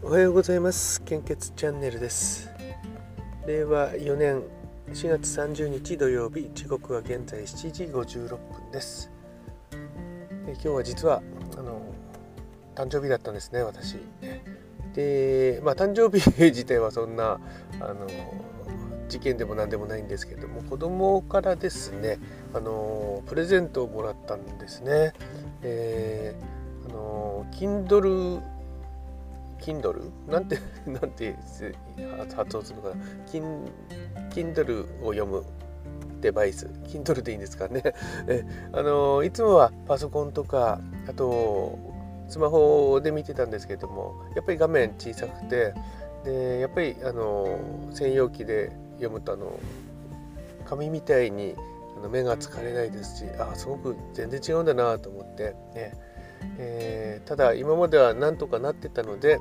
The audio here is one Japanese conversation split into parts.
おはようございます。献血チャンネルです。令和4年4月30日土曜日、時刻は現在7時56分です。今日は実は誕生日だったんですね、私で。誕生日自体はそんな事件でも何でもないんですけども、子供からですねプレゼントをもらったんですね。Kindle なんて発音するのかな。Kindle を読むデバイス、Kindle でいいんですかね。いつもはパソコンとか、あとスマホで見てたんですけども、やっぱり画面小さくて、でやっぱり専用機で読むと紙みたいに目が疲れないですし、すごく全然違うんだなと思ってね。ただ今まではなんとかなってたので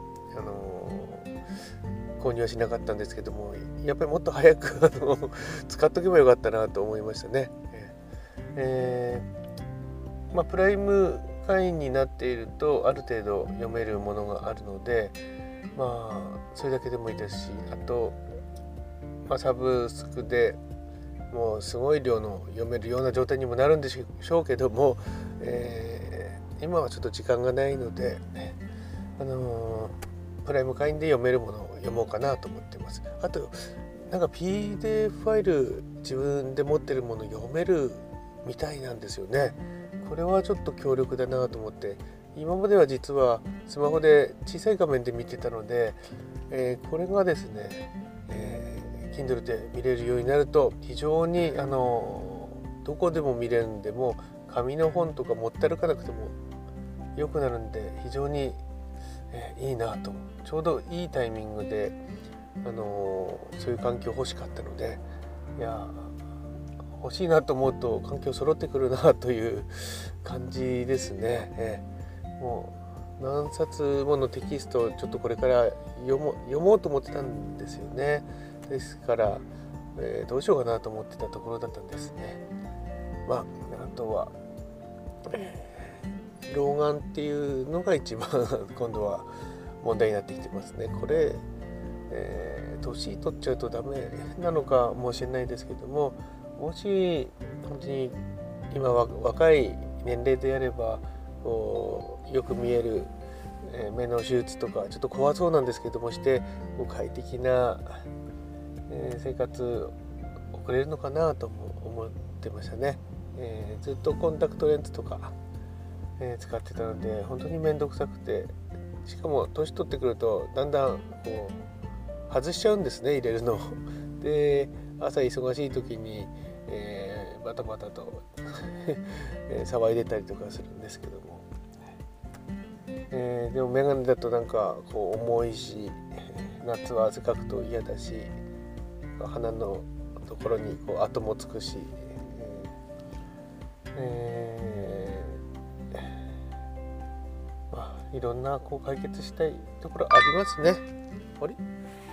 購入はしなかったんですけども、やっぱりもっと早く使っとけばよかったなと思いましたね。プライム会員になっているとある程度読めるものがあるので、それだけでもいいですし、あと、サブスクでもうすごい量の読めるような状態にもなるんでしょうけども、今はちょっと時間がないので、プライム会員で読めるものを読もうかなと思ってます。あとPDF ファイル自分で持ってるもの読めるみたいなんですよね。これはちょっと強力だなと思って、今までは実はスマホで小さい画面で見てたので、これがですね、Kindle で見れるようになると非常にどこでも見れるんで、もう紙の本とか持って歩かなくても良くなるんで、非常にいいなと。ちょうどいいタイミングでそういう環境欲しかったので、欲しいなと思うと環境揃ってくるなという感じですね。もう何冊ものテキストをちょっとこれから読もうと思ってたんですよね。ですから、どうしようかなと思ってたところだったんですね。あとは老眼っていうのが一番今度は問題になってきてますね。これ、年取っちゃうとダメなのかもしれないですけども、もし本当に今は若い年齢であればよく見える目の手術とかちょっと怖そうなんですけどもして快適な生活送れるのかなとも思ってましたね。ずっとコンタクトレンズとか使ってたので本当に面倒くさくて、しかも年取ってくるとだんだん外しちゃうんですね、入れるので、朝忙しい時に、バタバタと騒いでたりとかするんですけども、でもメガネだと重いし、夏は汗かくと嫌だし、鼻のところに跡もつくし、いろんな解決したいところありますね。あれ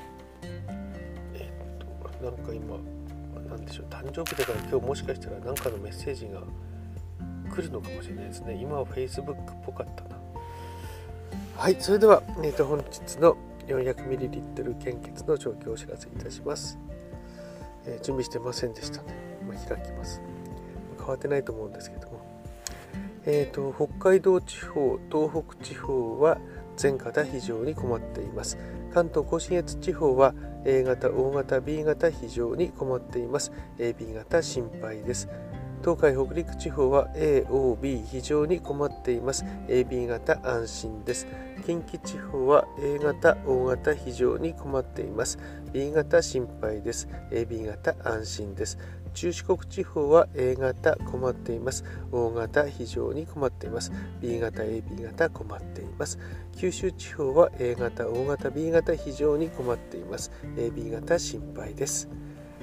今なんでしょう、誕生日だから今日もしかしたら何かのメッセージが来るのかもしれないですね。今は Facebook っぽかったな。はい、それでは、本日の 400ml 献血の状況をお知らせいたします。準備してませんでしたね。開きます。変わってないと思うんですけども、北海道地方、東北地方は全型非常に困っています。関東甲信越地方は A 型、O 型、B 型非常に困っています。AB 型心配です。東海北陸地方は A、O、B 非常に困っています。AB 型安心です。近畿地方は A 型、O 型非常に困っています。B 型心配です。AB 型安心です。中四国地方は A 型困っています。O 型非常に困っています。B 型、AB 型困っています。九州地方は A 型、O 型、B 型非常に困っています。AB 型心配です。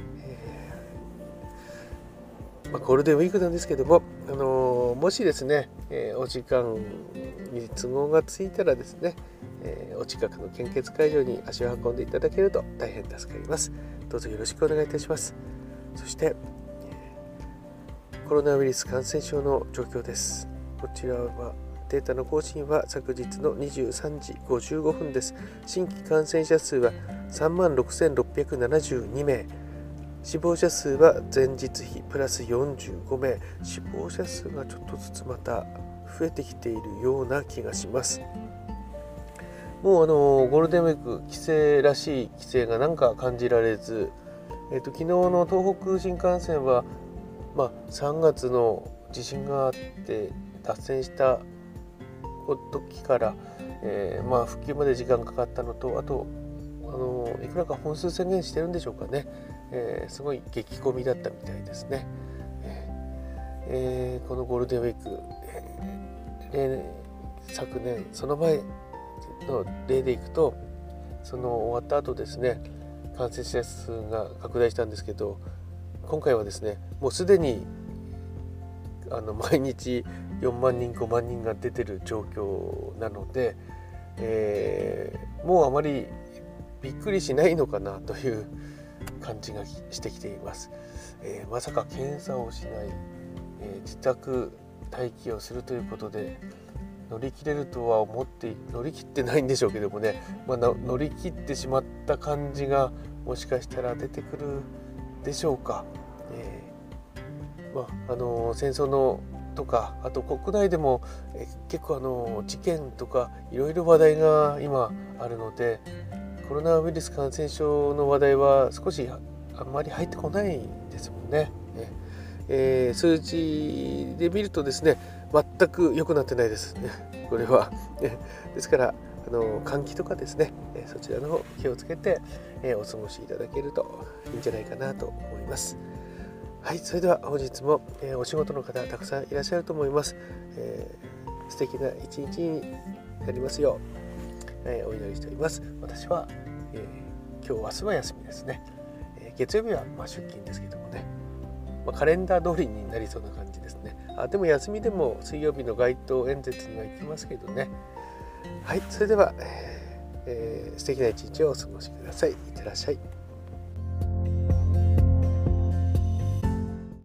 ゴールデンウィークなんですけども、もしですね、お時間に都合がついたらですね、お近くの献血会場に足を運んでいただけると大変助かります。どうぞよろしくお願いいたします。そしてコロナウイルス感染症の状況です。こちらはデータの更新は昨日の23時55分です。新規感染者数は36,672名、死亡者数は前日比プラス45名、死亡者数がちょっとずつまた増えてきているような気がします。もうゴールデンウィーク、帰省らしい帰省がなんか感じられず、昨日の東北新幹線は、3月の地震があって脱線した時から、復旧まで時間かかったのと、あといくらか本数宣言してるんでしょうかね、すごい激混みだったみたいですね。このゴールデンウィーク、昨年その前の例でいくと、その終わった後ですね、感染者数が拡大したんですけど、今回はですね、もうすでに毎日4万人5万人が出てる状況なので、もうあまりびっくりしないのかなという感じがしてきています。まさか検査をしない、自宅待機をするということで乗り切れるとは思って乗り切ってないんでしょうけどもね、乗り切ってしまった感じがもしかしたら出てくるでしょうか。戦争のとか、あと国内でも結構事件とかいろいろ話題が今あるので、コロナウイルス感染症の話題は少しあんまり入ってこないんですもんね。数字で見るとですね、全く良くなってないですね、これは。ですから換気とかですね、そちらの方気をつけて、お過ごしいただけるといいんじゃないかなと思います。はい、それでは本日も、お仕事の方たくさんいらっしゃると思います。素敵な一日になりますよう、お祈りしております。私は、今日明日は休みですね。月曜日は出勤ですけどもね、カレンダー通りになりそうな感じですね。でも休みでも水曜日の街頭演説には行きますけどね。はい、それでは、素敵な一日をお過ごしください。いってらっしゃい。